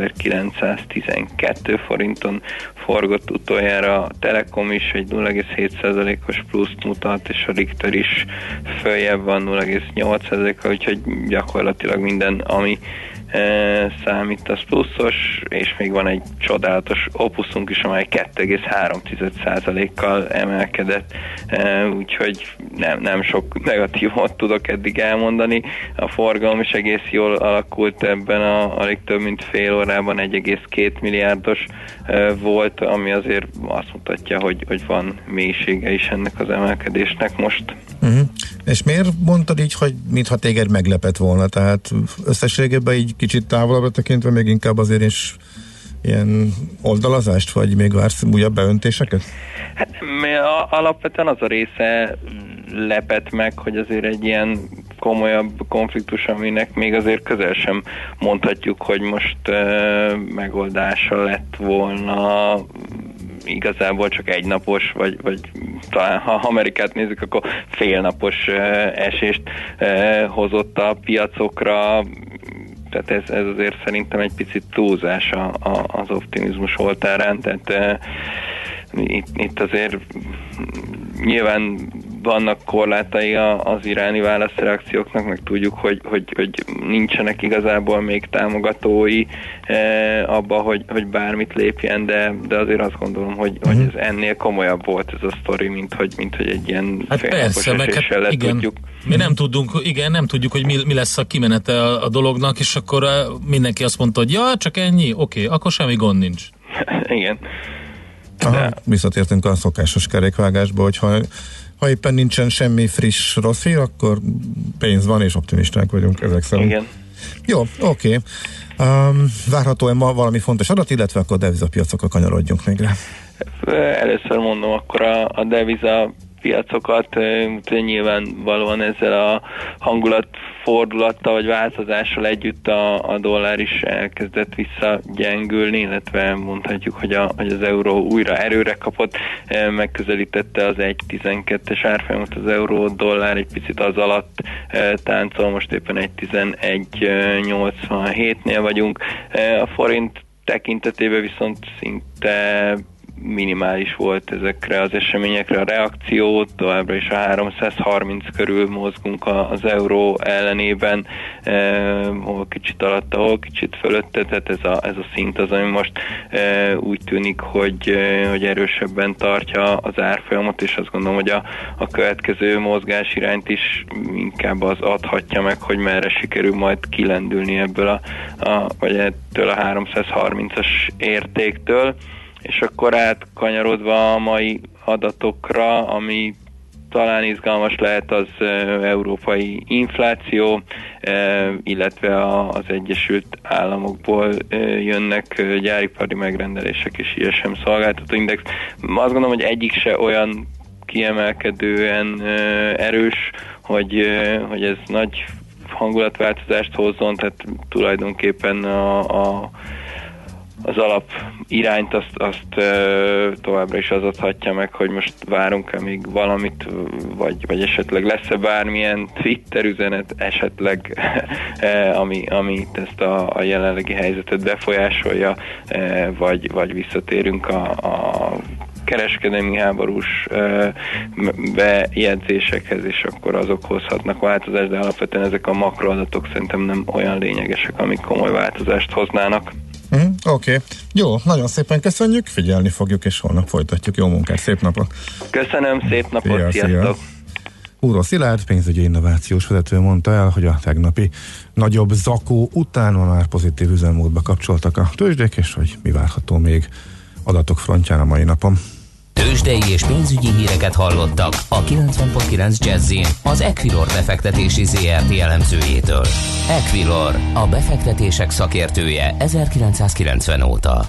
kétezer-kilencszáztizenkettő forinton forgott utoljára, a Telekom is egy nulla egész hét százalékos pluszt mutat, és a Richter is följebb van nulla egész nyolc százalékkal, úgyhogy gyakorlatilag minden, ami e, számít, az pluszos, és még van egy csodálatos opuszunk is, amely kettő egész három százalékkal emelkedett, e, úgyhogy nem, nem sok negatívot tudok eddig elmondani. A forgalom is egész jól alakult ebben a alig több mint fél órában, egy egész két milliárdos e, volt, ami azért azt mutatja, hogy, hogy van mélysége is ennek az emelkedésnek most. Uh-huh. És miért mondtad így, hogy mintha téged meglepett volna? Tehát összességében így kicsit távolabbra tekintve még inkább azért is ilyen oldalazást, vagy még vársz újabb beöntéseket? Hát alapvetően az a része lepett meg, hogy azért egy ilyen komolyabb konfliktus, aminek még azért közel sem mondhatjuk, hogy most uh, megoldása lett volna, igazából csak egynapos, vagy, vagy talán ha Amerikát nézzük, akkor félnapos esést hozott a piacokra, tehát ez, ez azért szerintem egy picit túlzás a, a, az optimizmus oltárán, tehát e, itt, itt azért nyilván vannak korlátai az iráni válaszreakcióknak, meg tudjuk, hogy, hogy, hogy nincsenek igazából még támogatói e, abba, hogy, hogy bármit lépjen, de, de azért azt gondolom, hogy, mm. hogy ez ennél komolyabb volt ez a sztori, mint hogy, mint hogy egy ilyen hát félnapos eséssel hát igen. tudjuk. Mi nem tudunk, igen, nem tudjuk, hogy mi, mi lesz a kimenete a, a dolognak, és akkor mindenki azt mondta, hogy ja, csak ennyi, oké, okay, akkor semmi gond nincs. Igen. Aha, visszatértünk a szokásos kerékvágásba, hogy ha, ha éppen nincsen semmi friss rossz hír, akkor pénz van, és optimisták vagyunk ezek szerint. Igen. Jó, oké. Okay. Um, várhatóan ma valami fontos adat, illetve akkor a devizapiacokra kanyarodjunk még rá. Először mondom, akkor a, a deviza piacokat, nyilvánvalóan ezzel a hangulatfordulattal vagy változással együtt a, a dollár is elkezdett visszagyengülni, illetve mondhatjuk, hogy, a, hogy az euró újra erőre kapott, megközelítette az egy tizenkettes árfolyamot az euró, dollár egy picit az alatt táncol, most éppen egy tizenegy nyolcvanhétnél vagyunk. A forint tekintetében viszont szinte minimális volt ezekre az eseményekre a reakció, továbbra is a háromszázharminc körül mozgunk az euró ellenében, eh, hol kicsit alatta, hol kicsit fölötte, tehát ez a, ez a szint az, ami most eh, úgy tűnik, hogy, eh, hogy erősebben tartja az árfolyamot, és azt gondolom, hogy a, a következő mozgás irányt is inkább az adhatja meg, hogy merre sikerül majd kilendülni ebből a, a vagy ettől a háromszázharmincas értéktől. És akkor átkanyarodva a mai adatokra, ami talán izgalmas lehet, az e, európai infláció, e, illetve a, az Egyesült Államokból e, jönnek e, gyáripari megrendelések és i es em szolgáltató index. Azt gondolom, hogy egyik se olyan kiemelkedően e, erős, hogy, e, hogy ez nagy hangulatváltozást hozzon, tehát tulajdonképpen a, a az alap irányt azt, azt ö, továbbra is az adhatja meg, hogy most várunk-e még valamit, vagy, vagy esetleg lesz-e bármilyen Twitter üzenet esetleg, ami, ami ezt a, a jelenlegi helyzetet befolyásolja, vagy, vagy visszatérünk a, a kereskedelmi háborús bejegyzésekhez, és akkor azok hozhatnak változást, de alapvetően ezek a makroadatok szerintem nem olyan lényegesek, amik komoly változást hoznának. Mm, Oké, okay. Jó, nagyon szépen köszönjük, figyelni fogjuk, és holnap folytatjuk. Jó munkát, szép napot! Köszönöm, szép napot, szia, sziasztok! Húró Szilárd, pénzügyi innovációs vezető mondta el, hogy a tegnapi nagyobb zakó után már pozitív üzemmódba kapcsoltak a tőzsdék, és hogy mi várható még adatok frontján a mai napon. Tőzsdei és pénzügyi híreket hallottak a kilencven pont kilenc Jazzin az Equilor befektetési zé er té elemzőjétől. Equilor, a befektetések szakértője ezerkilencszázkilencven óta.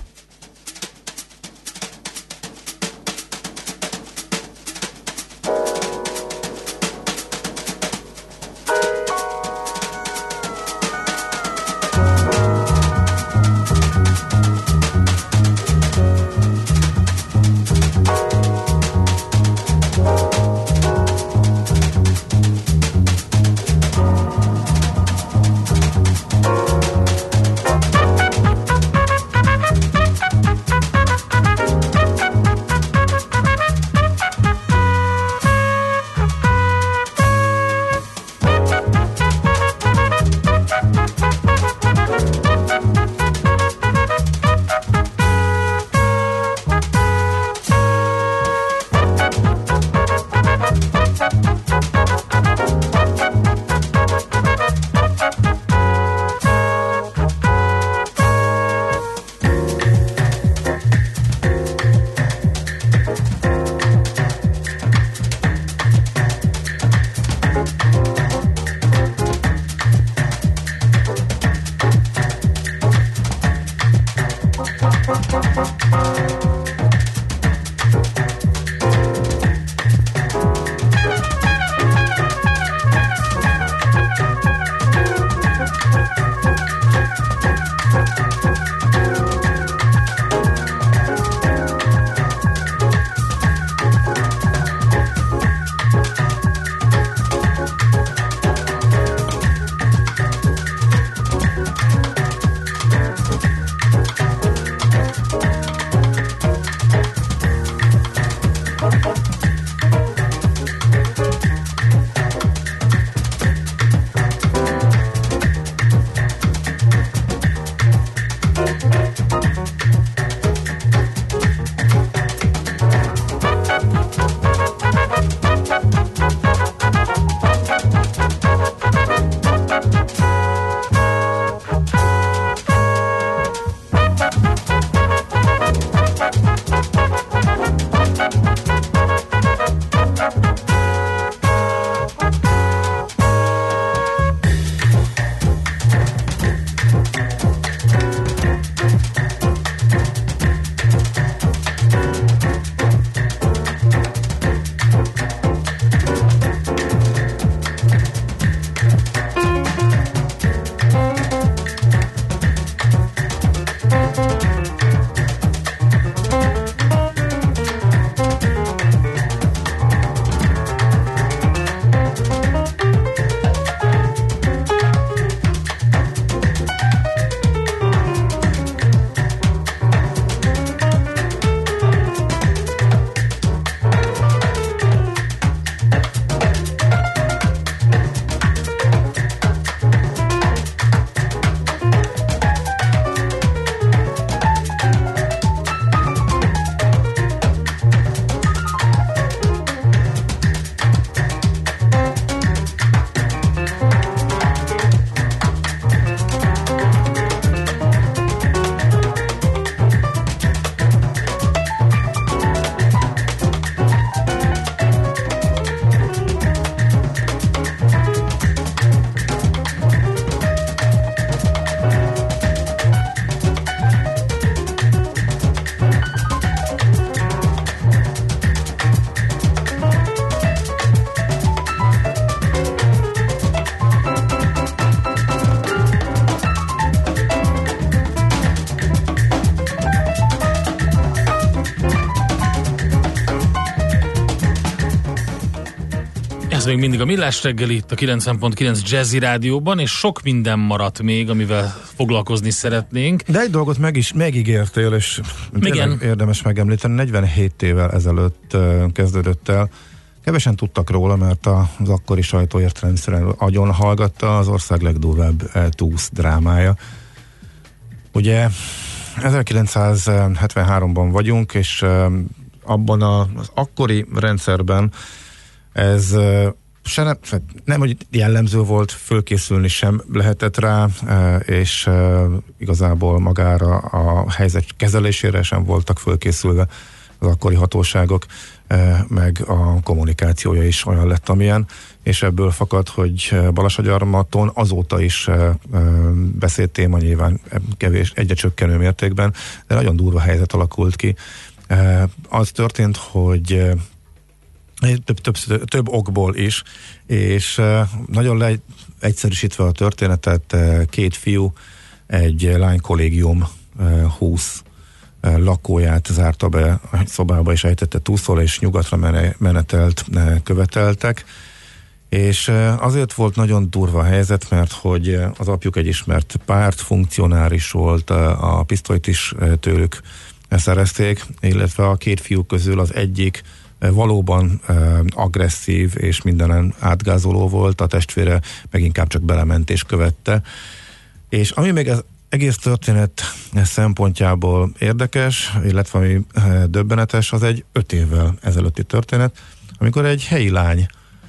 Ez még mindig a Millás reggeli, itt a kilencven pont kilenc Jazzy Rádióban, és sok minden maradt még, amivel foglalkozni szeretnénk. De egy dolgot meg is megígértél, és igen, érdemes megemlíteni, negyvenhét évvel ezelőtt kezdődött el. Kevesen tudtak róla, mert az akkori sajtó értelemszerűen agyon hallgatta az ország legdurvább túsz drámája. Ugye ezerkilencszázhetvenháromban vagyunk, és abban az akkori rendszerben ez se nem, nem, hogy jellemző volt, fölkészülni sem lehetett rá, és igazából magára a helyzet kezelésére sem voltak fölkészülve az akkori hatóságok, meg a kommunikációja is olyan lett, amilyen, és ebből fakad, hogy Balassagyarmaton azóta is beszédtéma, nyilván kevés, egyre csökkenő mértékben, de nagyon durva helyzet alakult ki. Az történt, hogy több, több, több okból is, és nagyon le, egyszerűsítve a történetet, két fiú, egy lánykollégium húsz lakóját zárta be a szobába, és ejtette túlszól, és nyugatra menetelt követeltek. És azért volt nagyon durva a helyzet, mert hogy az apjuk egy ismert párt, funkcionáris volt, a pisztolyt is tőlük szerezték, illetve a két fiú közül az egyik valóban agresszív és mindenen átgázoló volt, a testvére meg inkább csak belement és követte. És ami még az egész történet szempontjából érdekes, illetve ami döbbenetes, az egy öt évvel ezelőtti történet, amikor egy helyi lány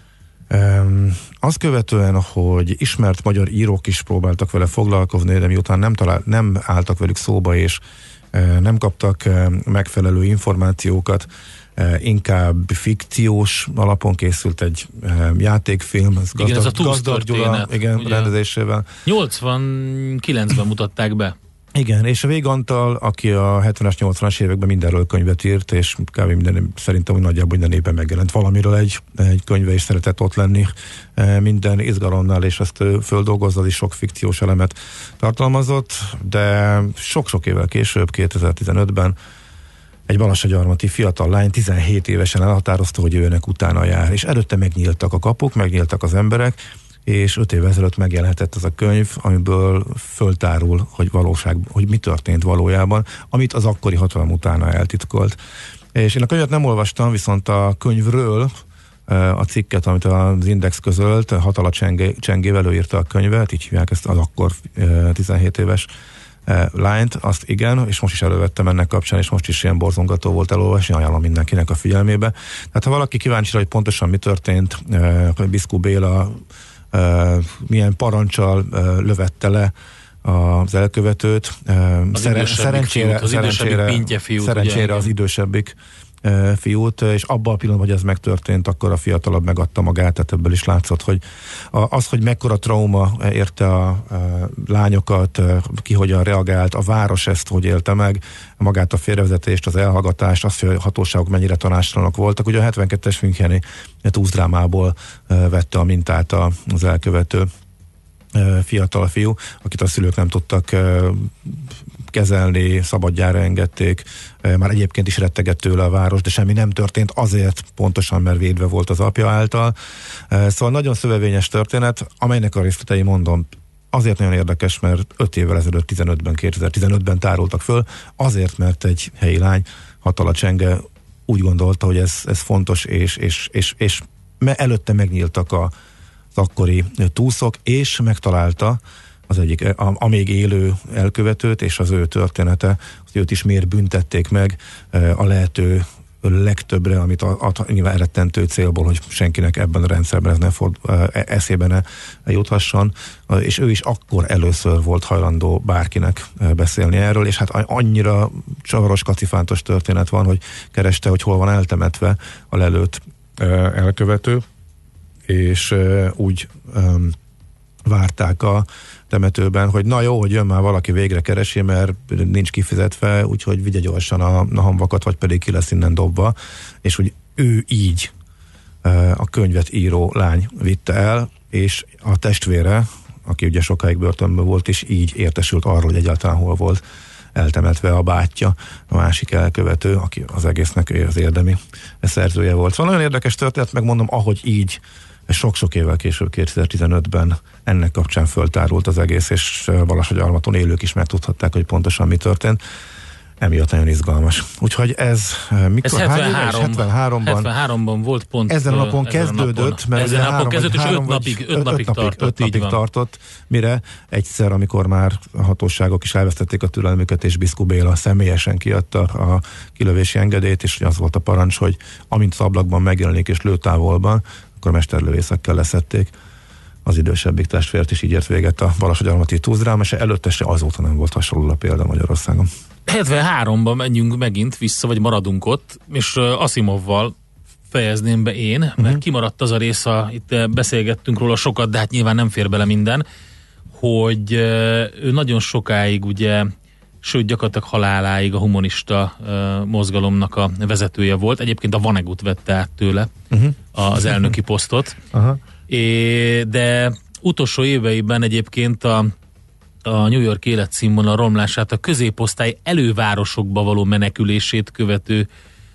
azt követően, hogy ismert magyar írók is próbáltak vele foglalkozni, de miután nem, talál, nem álltak velük szóba, és nem kaptak megfelelő információkat, inkább fikciós alapon készült egy játékfilm, ez igen, Gazdag, ez a túsz Gazdag Gyula, igen, rendezésével. nyolcvankilencben mutatták be. Igen, és a Vég Antal, aki a hetvenes, nyolcvanas években mindenről könyvet írt, és kb. minden, szerintem úgy nagyjából minden évben megjelent valamiről egy, egy könyve, és szeretett ott lenni minden izgalomnál, és ezt földolgozza, és sok fikciós elemet tartalmazott, de sok-sok évvel később, kétezer-tizenötben egy balassagyarmati fiatal lány tizenhét évesen elhatározta, hogy őnek utána jár, és előtte megnyíltak a kapuk, megnyíltak az emberek, és öt évvel ezelőtt megjelenhetett az a könyv, amiből föltárul, hogy valóság, hogy mi történt valójában, amit az akkori hatalom utána eltitkolt. És én a könyvet nem olvastam, viszont a könyvről a cikket, amit az Index közölt, Hatala Csengé, Csengével ő írta a könyvet, így hívják ezt az akkor tizenhét éves lányt, azt igen, és most is elővettem ennek kapcsán, és most is ilyen borzongató volt elolvasni, ajánlom mindenkinek a figyelmébe. Tehát ha valaki kíváncsi, hogy pontosan mi történt, hogy Biszkú Béla milyen parancsal lövette le az elkövetőt, az Szere- szerencsére, fiút, az szerencsére, idősebbik fiút, szerencsére ugye, az idősebbik fiút, és abban a pillanatban, hogy ez megtörtént, akkor a fiatalabb megadta magát, tehát ebből is látszott, hogy az, hogy mekkora trauma érte a lányokat, ki hogyan reagált, a város ezt hogy élte meg, magát a félrevezetést, az elhallgatást, azt, hogy a hatóságok mennyire tanástalanok voltak. Ugye a hetvenkettes Müncheni túszdrámából vette a mintát az elkövető fiatal fiú, akit a szülők nem tudtak kezelni, szabadjára engedték, már egyébként is rettegett tőle a város, de semmi nem történt azért pontosan, mert védve volt az apja által. Szóval nagyon szövevényes történet, amelynek a részletei, mondom, azért nagyon érdekes, mert öt évvel ezelőtt, tizenötben, kétezer-tizenötben tároltak föl, azért, mert egy helyi lány, Hatala Csenge úgy gondolta, hogy ez, ez fontos, és, és, és, és előtte megnyíltak a az akkori túszok, és megtalálta az egyik, a, a még élő elkövetőt, és az ő története, hogy őt is miért büntették meg a lehető legtöbbre, amit a, a nyilván rettentő célból, hogy senkinek ebben a rendszerben ez ne ford, eszébe ne juthasson, és ő is akkor először volt hajlandó bárkinek beszélni erről, és hát annyira csavaros, kacifántos történet van, hogy kereste, hogy hol van eltemetve a lelőtt elkövető, és uh, úgy um, várták a temetőben, hogy na jó, hogy jön már valaki, végre keresi, mert nincs kifizetve, úgyhogy vigye gyorsan a, a hamvakat, vagy pedig ki lesz innen dobva, és úgy ő így uh, a könyvet író lány vitte el, és a testvére, aki ugye sokáig börtönben volt, és így értesült arról, hogy egyáltalán hol volt eltemetve a bátyja, a másik elkövető, aki az egésznek az érdemi szerzője volt. Szóval nagyon érdekes történet, megmondom, ahogy így sok-sok évvel később, kétezer-tizenötben ennek kapcsán föltárult az egész, és Balassagyarmaton élők is megtudhatták, hogy pontosan mi történt. Emiatt nagyon izgalmas. Úgyhogy ez mikor? Ez hetvenhárom, hetvenháromban, hetvenháromban volt pont. Ezen a napon kezdődött, mert ezen a napon kezdődött, és öt három, napig, öt napig öt tartott. Öt napig tartott, mire egyszer, amikor már a hatóságok is elvesztették a türelmüket, és Biszku Béla személyesen kiadta a kilövési engedélyt, és az volt a parancs, hogy amint az ablakban megjelenik és lőtávolban, akkor mesterlövészekkel leszették az idősebbik testvért, is így ért véget a Balassagyarmati túlzráma, és előtte se azóta nem volt hasonló a példa Magyarországon. hetvenháromban menjünk megint vissza, vagy maradunk ott, és uh, Asimovval fejezném be én, mert uh-huh. kimaradt az a rész, a, itt beszélgettünk róla sokat, de hát nyilván nem fér bele minden, hogy uh, ő nagyon sokáig ugye, sőt gyakorlatilag haláláig a humanista uh, mozgalomnak a vezetője volt. Egyébként a Vanegut vette át tőle uh-huh. az elnöki posztot, uh-huh. é, de utolsó éveiben egyébként a a New York életszínvonal romlását, a középosztály elővárosokba való menekülését követő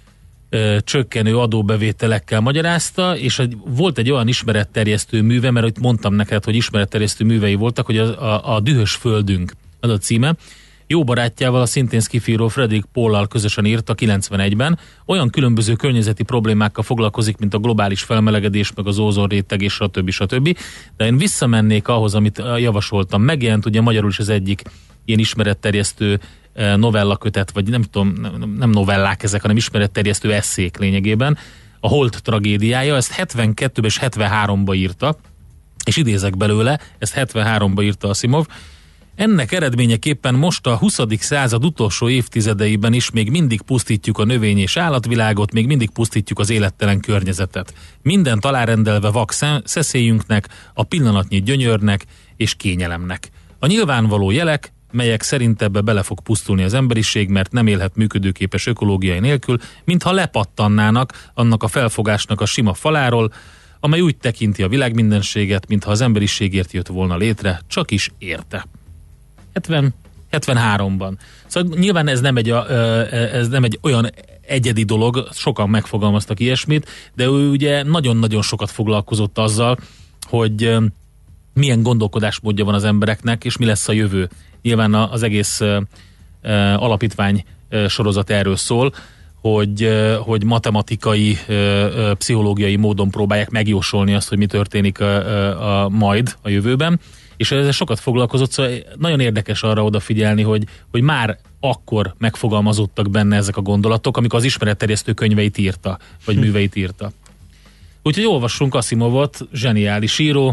ö, csökkenő adóbevételekkel magyarázta, és egy, volt egy olyan ismeretterjesztő műve, mert itt mondtam neked, hogy ismeretterjesztő művei voltak, hogy a, a, a Dühös földünk, az a címe. Jó barátjával, a szintén szkifíró Frederick Paullal közösen írta kilencvenegyben, olyan különböző környezeti problémákkal foglalkozik, mint a globális felmelegedés, meg az ózonréteg, és stb. stb. De én visszamennék ahhoz, amit javasoltam. Megjelent ugye magyarul is az egyik ilyen ismeretterjesztő novellakötet, vagy nem tudom, nem novellák ezek, hanem ismeretterjesztő esszék lényegében. A Holt tragédiája, ezt hetvenkettőben és hetvenháromban írta, és idézek belőle, ezt hetvenháromban írta Asimov. Ennek eredményeképpen most a huszadik század utolsó évtizedeiben is még mindig pusztítjuk a növény- és állatvilágot, még mindig pusztítjuk az élettelen környezetet. Mindent alárendelve vak szeszélyünknek, a pillanatnyi gyönyörnek és kényelemnek. A nyilvánvaló jelek, melyek szerint ebbe bele fog pusztulni az emberiség, mert nem élhet működőképes ökológiai nélkül, mintha lepattannának annak a felfogásnak a sima faláról, amely úgy tekinti a világ mindenséget, mintha az emberiségért jött volna létre, csak is érte. hetven, hetvenháromban. Szóval nyilván ez nem, egy, ez nem egy olyan egyedi dolog, sokan megfogalmaztak ilyesmit, de ő ugye nagyon-nagyon sokat foglalkozott azzal, hogy milyen gondolkodásmódja van az embereknek, és mi lesz a jövő. Nyilván az egész alapítvány sorozat erről szól, hogy, hogy matematikai, pszichológiai módon próbálják megjósolni azt, hogy mi történik a, a, majd a jövőben. És ezzel sokat foglalkozott, szóval nagyon érdekes arra odafigyelni, hogy, hogy már akkor megfogalmazódtak benne ezek a gondolatok, amikor az ismeretterjesztő könyveit írta, vagy hm. műveit írta. Úgyhogy olvassunk Asimovot, zseniális író,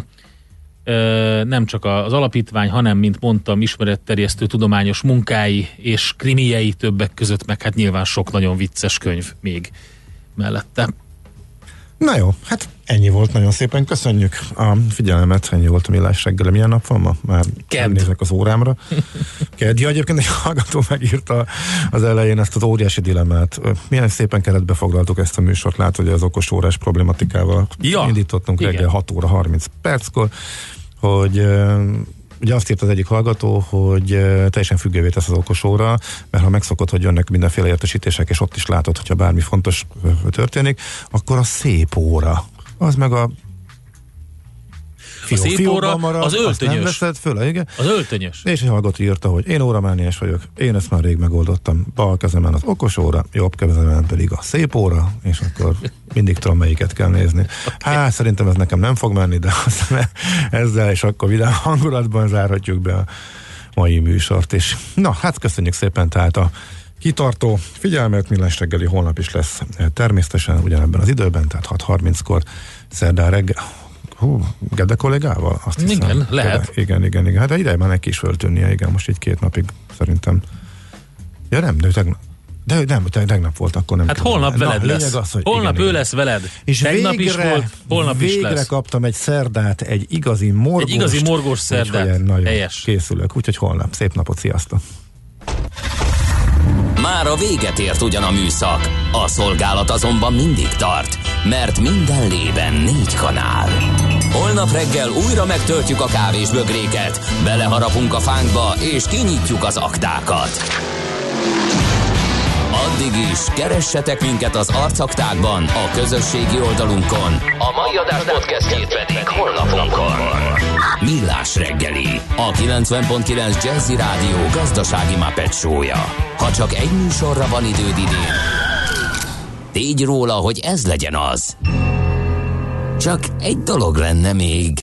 nem csak az alapítvány, hanem, mint mondtam, ismeretterjesztő tudományos munkái és krimiei többek között, meg hát nyilván sok nagyon vicces könyv még mellette. Na jó, hát ennyi volt, nagyon szépen köszönjük a figyelmet, ennyi volt a Millás reggel. Milyen nap van ma? Már nézek az órámra. Kedd. Ja, egyébként egy hallgató megírta az elején ezt az óriási dilemmát. Milyen szépen keretbe foglaltuk ezt a műsort, lát, hogy az okos órás problematikával ja, indítottunk igen. reggel hat óra harminc perckor, hogy ugye azt írt az egyik hallgató, hogy teljesen függővé tesz az okos óra, mert ha megszokott, hogy jönnek mindenféle értesítések, és ott is látod, hogyha bármi fontos történik, akkor a szép óra, az meg a Fió, a szép óra, marad, az öltönyös. Nem veszed föl, igen. Az öltönyös. És egy hallgató írta, hogy én óramániás vagyok, én ezt már rég megoldottam. Bal kezemen az okos óra, jobb kezemen pedig a szép óra, és akkor mindig tudom, melyiket kell nézni. Okay. Hát szerintem ez nekem nem fog menni, de aztán ezzel és akkor vidám hangulatban zárhatjuk be a mai műsort is. Na, hát köszönjük szépen tehát a kitartó figyelmet, Millás reggeli holnap is lesz természetesen ugyanebben az időben, tehát hat harminckor szerdán reggel. Hú, Gede kollégával? Azt hiszem. Igen, lehet. Gede, igen, igen, igen. Hát de ideje már neki is föltűnnie, igen, most így két napig szerintem. Ja nem, de tegnap, de nem, tegnap volt, akkor nem. Hát tudom. Holnap veled Na, lesz. Az, hogy holnap igen, ő igen. lesz veled. És tegnap végre, is volt, holnap is lesz. Végre kaptam egy szerdát, egy igazi morgós. Egy igazi morgós szerdát. Nagyon helyes. Készülök, úgyhogy holnap. Szép napot, sziasztok! Már a véget ért ugyan a műszak, a szolgálat azonban mindig tart, mert minden lében négy kanál. Holnap reggel újra megtöltjük a kávésbögréket, beleharapunk a fánkba és kinyitjuk az aktákat. Addig is, keressetek minket az arcaktákban, a közösségi oldalunkon. A mai adás podcastjét pedig honlapunkon. Millás reggeli, a kilencven pont kilenc Jazzy Rádió gazdasági Muppet show-ja. Ha csak egy műsorra van időd idén, tégy róla, hogy ez legyen az. Csak egy dolog lenne még.